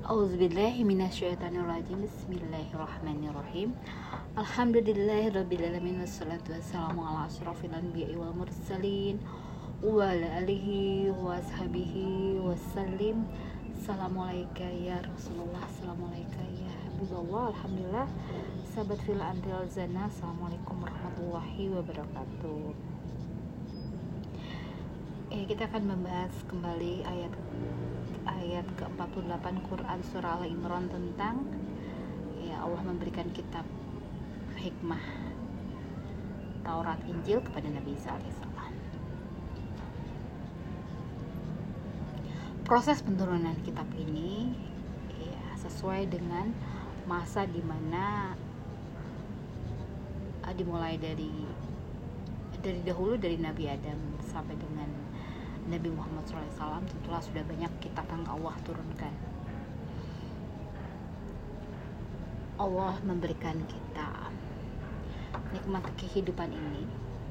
Auzubillahi minasyaitonirrajim. Bismillahirrahmanirrahim. Alhamdulillahirabbil alamin wassalatu wassalamu ala asyrofil anbiya'i wal mursalin wa ala alihi wa ashabihi wasallim. Assalamualaikum ya Rasulullah, assalamualaikum ya Habibullah. Alhamdulillah, sahabat fil antil zana. Assalamualaikum warahmatullahi wabarakatuh. Kita akan membahas kembali ayat ke-48 Quran surah Al-Imran tentang Allah memberikan kitab hikmah Taurat Injil kepada Nabi Isa alaihissalam. Proses penurunan kitab ini sesuai dengan masa dimana dimulai dari dahulu, dari Nabi Adam sampai dengan Nabi Muhammad SAW. Tentulah sudah banyak kitab yang Allah turunkan. Allah memberikan kita nikmat kehidupan ini.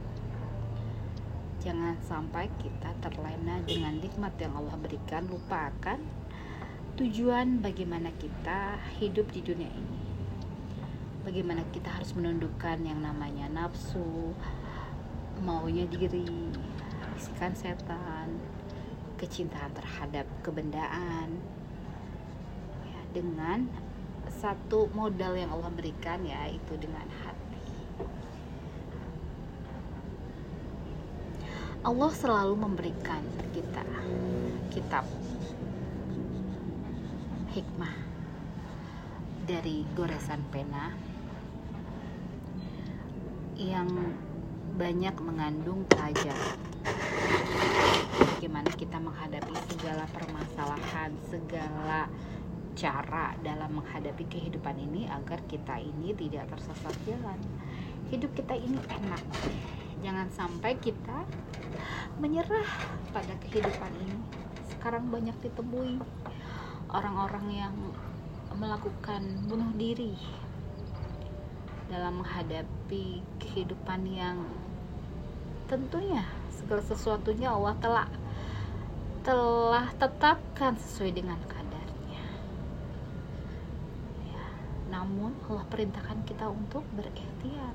Jangan sampai kita terlena dengan nikmat yang Allah berikan, lupakan tujuan bagaimana kita hidup di dunia ini. Bagaimana kita harus menundukkan yang namanya nafsu, maunya diri, bisikan setan, kecintaan terhadap kebendaan, dengan satu modal yang Allah berikan, yaitu dengan hati. Allah selalu memberikan kita kitab hikmah dari goresan pena yang banyak mengandung pelajaran bagaimana kita menghadapi segala permasalahan, segala cara dalam menghadapi kehidupan ini agar kita ini tidak tersesat jalan. Hidup kita ini enak. Jangan sampai kita menyerah pada kehidupan ini. Sekarang banyak ditemui orang-orang yang melakukan bunuh diri dalam menghadapi kehidupan yang tentunya segala sesuatunya Allah telah tetapkan sesuai dengan kadarnya. Namun Allah perintahkan kita untuk berikhtiar,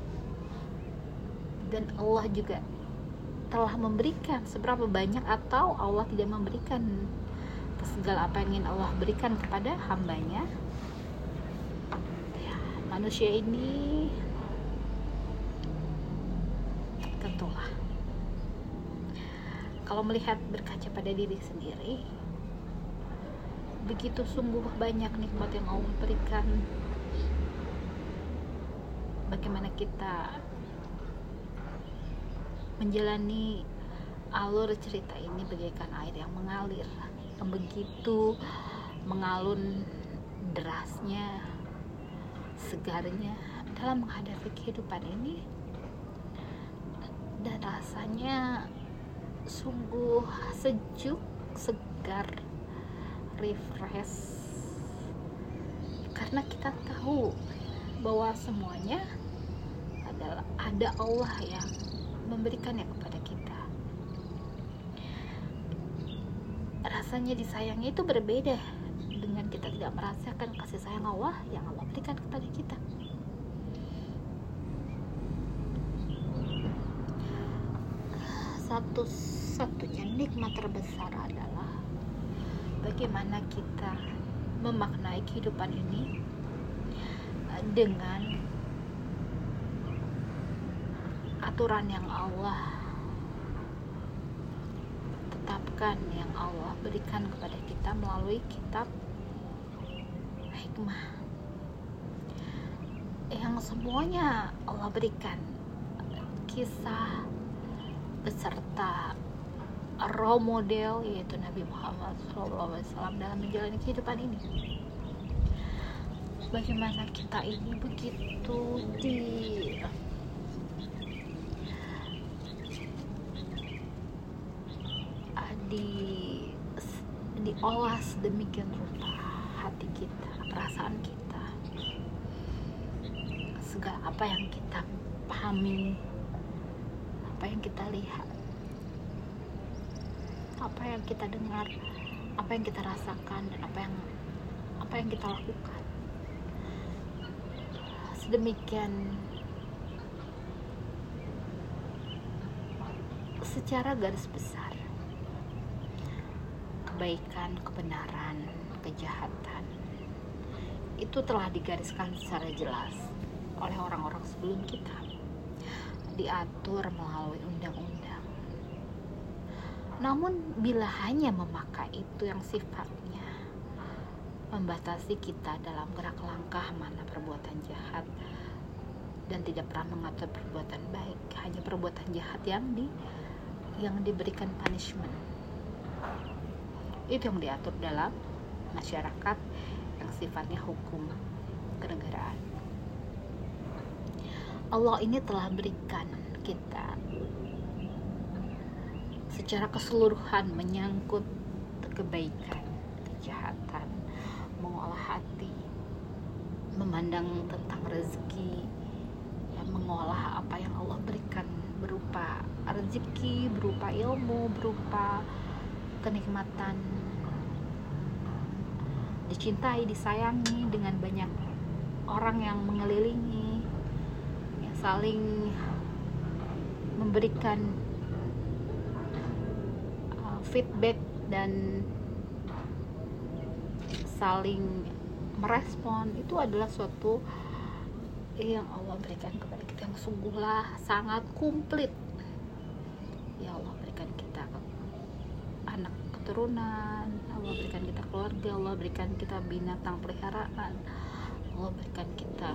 dan Allah juga telah memberikan. Seberapa banyak atau Allah tidak memberikan segala apa yang ingin Allah berikan kepada hambanya. Manusia ini tentulah kalau melihat, berkaca pada diri sendiri, begitu sungguh banyak nikmat yang Allah berikan. Bagaimana kita menjalani alur cerita ini bagaikan air yang mengalir, yang begitu mengalun derasnya, segarnya dalam menghadapi kehidupan ini, dan rasanya sungguh sejuk, segar, refresh, karena kita tahu bahwa semuanya adalah ada Allah yang memberikannya kepada kita. Rasanya disayangi itu berbeda dengan kita tidak merasakan kasih sayang Allah yang Allah berikan kepada kita. Satu-satunya nikmat terbesar adalah bagaimana kita memaknai kehidupan ini dengan aturan yang Allah tetapkan, yang Allah berikan kepada kita melalui kitab hikmah yang semuanya Allah berikan kisah beserta role model, yaitu Nabi Muhammad SAW dalam menjalani kehidupan ini. Bagaimana kita ini begitu diolah sedemikian rupa hati kita, perasaan kita, segala apa yang kita pahami, apa yang kita lihat, apa yang kita dengar, apa yang kita rasakan, dan apa yang apa yang kita lakukan. Sedemikian secara garis besar, kebaikan, kebenaran, kejahatan itu telah digariskan secara jelas oleh orang-orang sebelum kita, diatur melalui undang-undang. Namun bila hanya memakai itu yang sifatnya membatasi kita dalam gerak langkah mana perbuatan jahat dan tidak pernah mengatur perbuatan baik, hanya perbuatan jahat yang diberikan punishment, itu yang diatur dalam masyarakat yang sifatnya hukum kenegaraan. Allah ini telah berikan kita secara keseluruhan menyangkut kebaikan, kejahatan, mengolah hati, memandang tentang rezeki, mengolah apa yang Allah berikan berupa rezeki, berupa ilmu, berupa kenikmatan, dicintai, disayangi dengan banyak orang yang mengelilingi, yang saling memberikan feedback dan saling merespon. Itu adalah suatu yang Allah berikan kepada kita yang sungguhlah sangat komplit. Ya Allah berikan kita anak keturunan, Allah berikan kita keluarga, Allah berikan kita binatang peliharaan, Allah berikan kita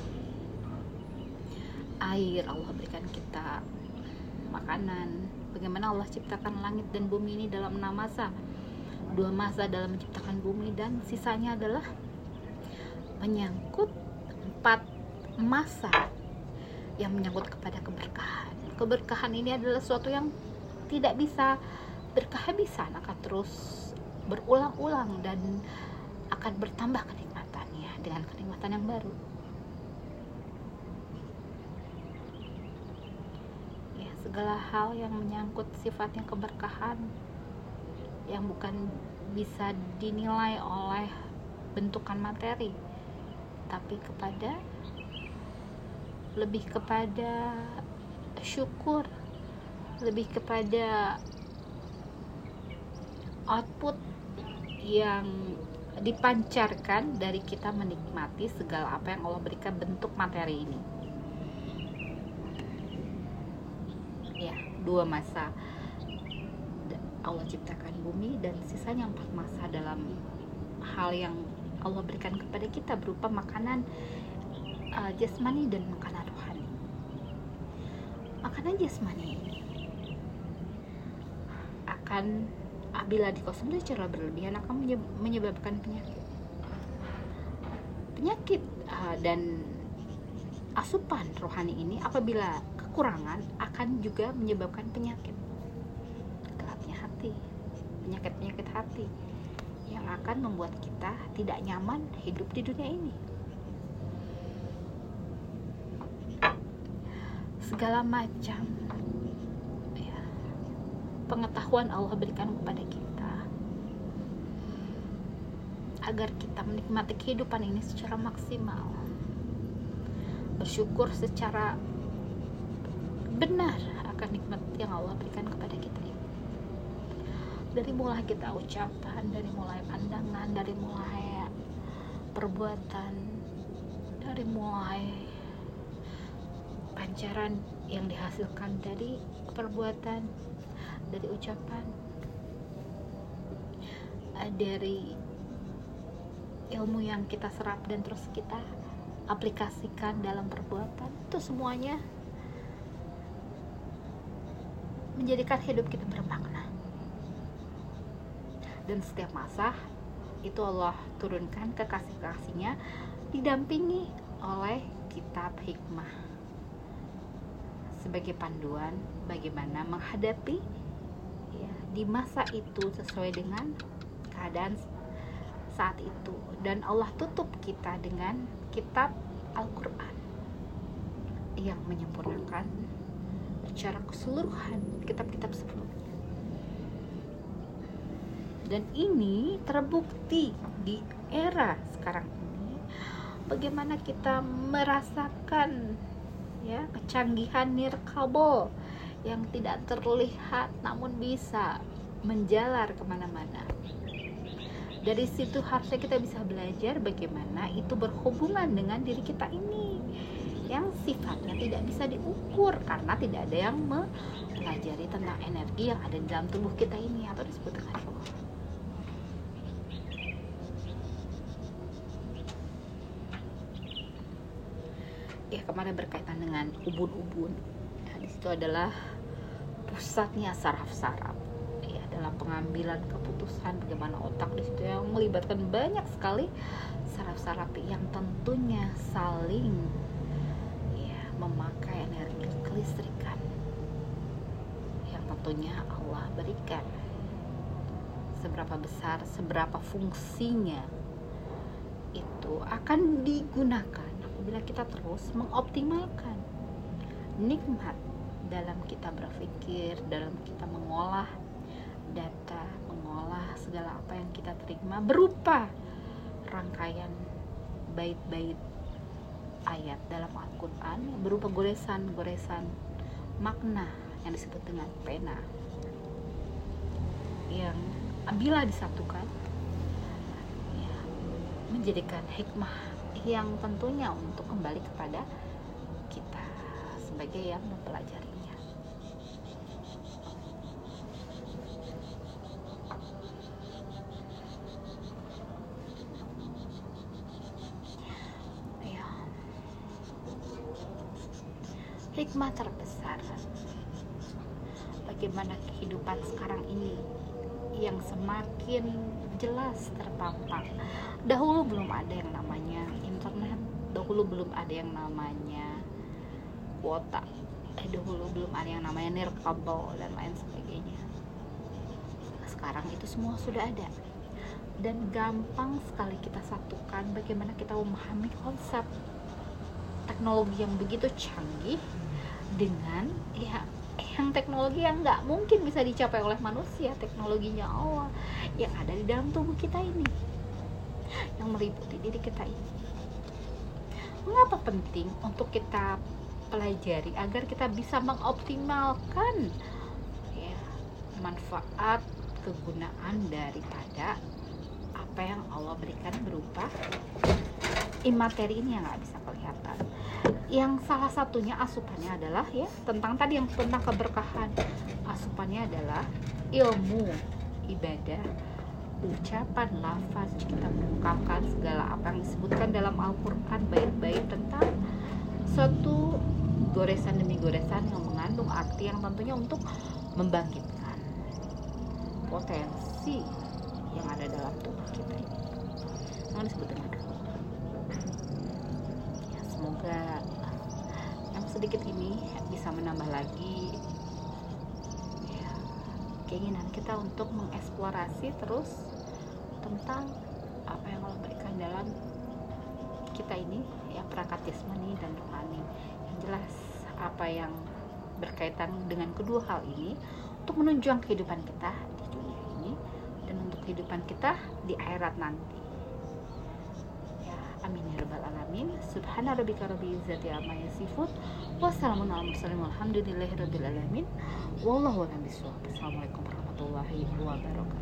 air, Allah berikan kita makanan. Bagaimana Allah ciptakan langit dan bumi ini dalam 6 masa, 2 masa dalam menciptakan bumi, dan sisanya adalah menyangkut 4 masa yang menyangkut kepada keberkahan. Keberkahan ini adalah sesuatu yang tidak bisa berkehabisan, akan terus berulang-ulang dan akan bertambah kenikmatannya dengan kenikmatan yang baru. Ya, segala hal yang menyangkut sifatnya keberkahan yang bukan bisa dinilai oleh bentukan materi, tapi lebih kepada syukur, lebih kepada output yang dipancarkan dari kita menikmati segala apa yang Allah berikan bentuk materi ini. Ya, 2 masa Allah ciptakan bumi dan sisanya 4 masa dalam hal yang Allah berikan kepada kita berupa makanan jasmani dan makanan rohani. Makanan jasmani ini akan apabila dikonsumsi secara berlebihan akan menyebabkan penyakit dan asupan rohani ini apabila kekurangan akan juga menyebabkan penyakit, gelapnya hati, penyakit hati yang akan membuat kita tidak nyaman hidup di dunia ini. Segala macam pengetahuan Allah berikan kepada kita agar kita menikmati kehidupan ini secara maksimal, bersyukur secara benar akan nikmat yang Allah berikan kepada kita ini. Dari mulai kita ucapan, dari mulai pandangan, dari mulai perbuatan, dari mulai pancaran yang dihasilkan dari perbuatan, dari ucapan, dari ilmu yang kita serap dan terus kita aplikasikan dalam perbuatan, itu semuanya menjadikan hidup kita bermakna. Dan setiap masa itu Allah turunkan kekasih-kasihnya didampingi oleh kitab hikmah sebagai panduan bagaimana menghadapi di masa itu sesuai dengan keadaan saat itu. Dan Allah tutup kita dengan kitab Al-Quran yang menyempurnakan secara keseluruhan kitab-kitab sebelumnya. Dan ini terbukti di era sekarang ini, bagaimana kita merasakan ya kecanggihan nirkabel yang tidak terlihat namun bisa menjalar kemana-mana. Dari situ harusnya kita bisa belajar bagaimana itu berhubungan dengan diri kita ini yang sifatnya tidak bisa diukur karena tidak ada yang mempelajari tentang energi yang ada di dalam tubuh kita ini atau disebut dengan roh. Ya, kemarin berkaitan dengan ubun-ubun. Nah, di situ adalah pusatnya saraf-saraf. Ya, dalam pengambilan keputusan bagaimana otak di situ yang melibatkan banyak sekali saraf-saraf yang tentunya saling ya memakai energi kelistrikan yang tentunya Allah berikan. Seberapa besar, seberapa fungsinya itu akan digunakan bila kita terus mengoptimalkan nikmat dalam kita berpikir, dalam kita mengolah data, mengolah segala apa yang kita terima berupa rangkaian bait-bait ayat dalam Al-Quran, berupa goresan-goresan makna yang disebut dengan pena, yang bila disatukan ya, menjadikan hikmah yang tentunya untuk kembali kepada kita sebagai yang mempelajarinya. Ya. Hikmah terbesar bagaimana kehidupan sekarang ini yang semakin jelas terpampang. Dahulu belum ada yang namanya internet, dahulu belum ada yang namanya kuota, dahulu belum ada yang namanya nirkabel dan lain sebagainya. Sekarang itu semua sudah ada dan gampang sekali kita satukan bagaimana kita memahami konsep teknologi yang begitu canggih dengan ya yang teknologi yang nggak mungkin bisa dicapai oleh manusia, teknologinya Allah yang ada di dalam tubuh kita ini, yang meliputi diri kita ini. Mengapa penting untuk kita pelajari agar kita bisa mengoptimalkan ya, manfaat kegunaan daripada apa yang Allah berikan berupa imateri ini yang nggak bisa kelihatan. Yang salah satunya asupannya adalah ya tentang tadi yang tentang keberkahan. Asupannya adalah ilmu, ibadah, ucapan, lafaz, kita mengungkapkan segala apa yang disebutkan dalam Al-Quran, bait-bait tentang suatu goresan demi goresan yang mengandung arti yang tentunya untuk membangkitkan potensi yang ada dalam tubuh kita ini yang disebut dengan ya, semoga yang sedikit ini bisa menambah lagi ya, keinginan kita untuk mengeksplorasi terus tentang apa yang Allah berikan dalam kita ini ya, perangkat jasmani dan rohani. Yang jelas apa yang berkaitan dengan kedua hal ini untuk menunjang kehidupan kita di dunia ini dan untuk kehidupan kita di akhirat nanti. Ya, amin ya rabbal alamin. Subhana rabbika rabbil izzati amma yasifun. Wassalamun ala mursalin walhamdulillahi rabbil alamin. Wallahu a'lam bishawab. Assalamualaikum warahmatullahi wabarakatuh.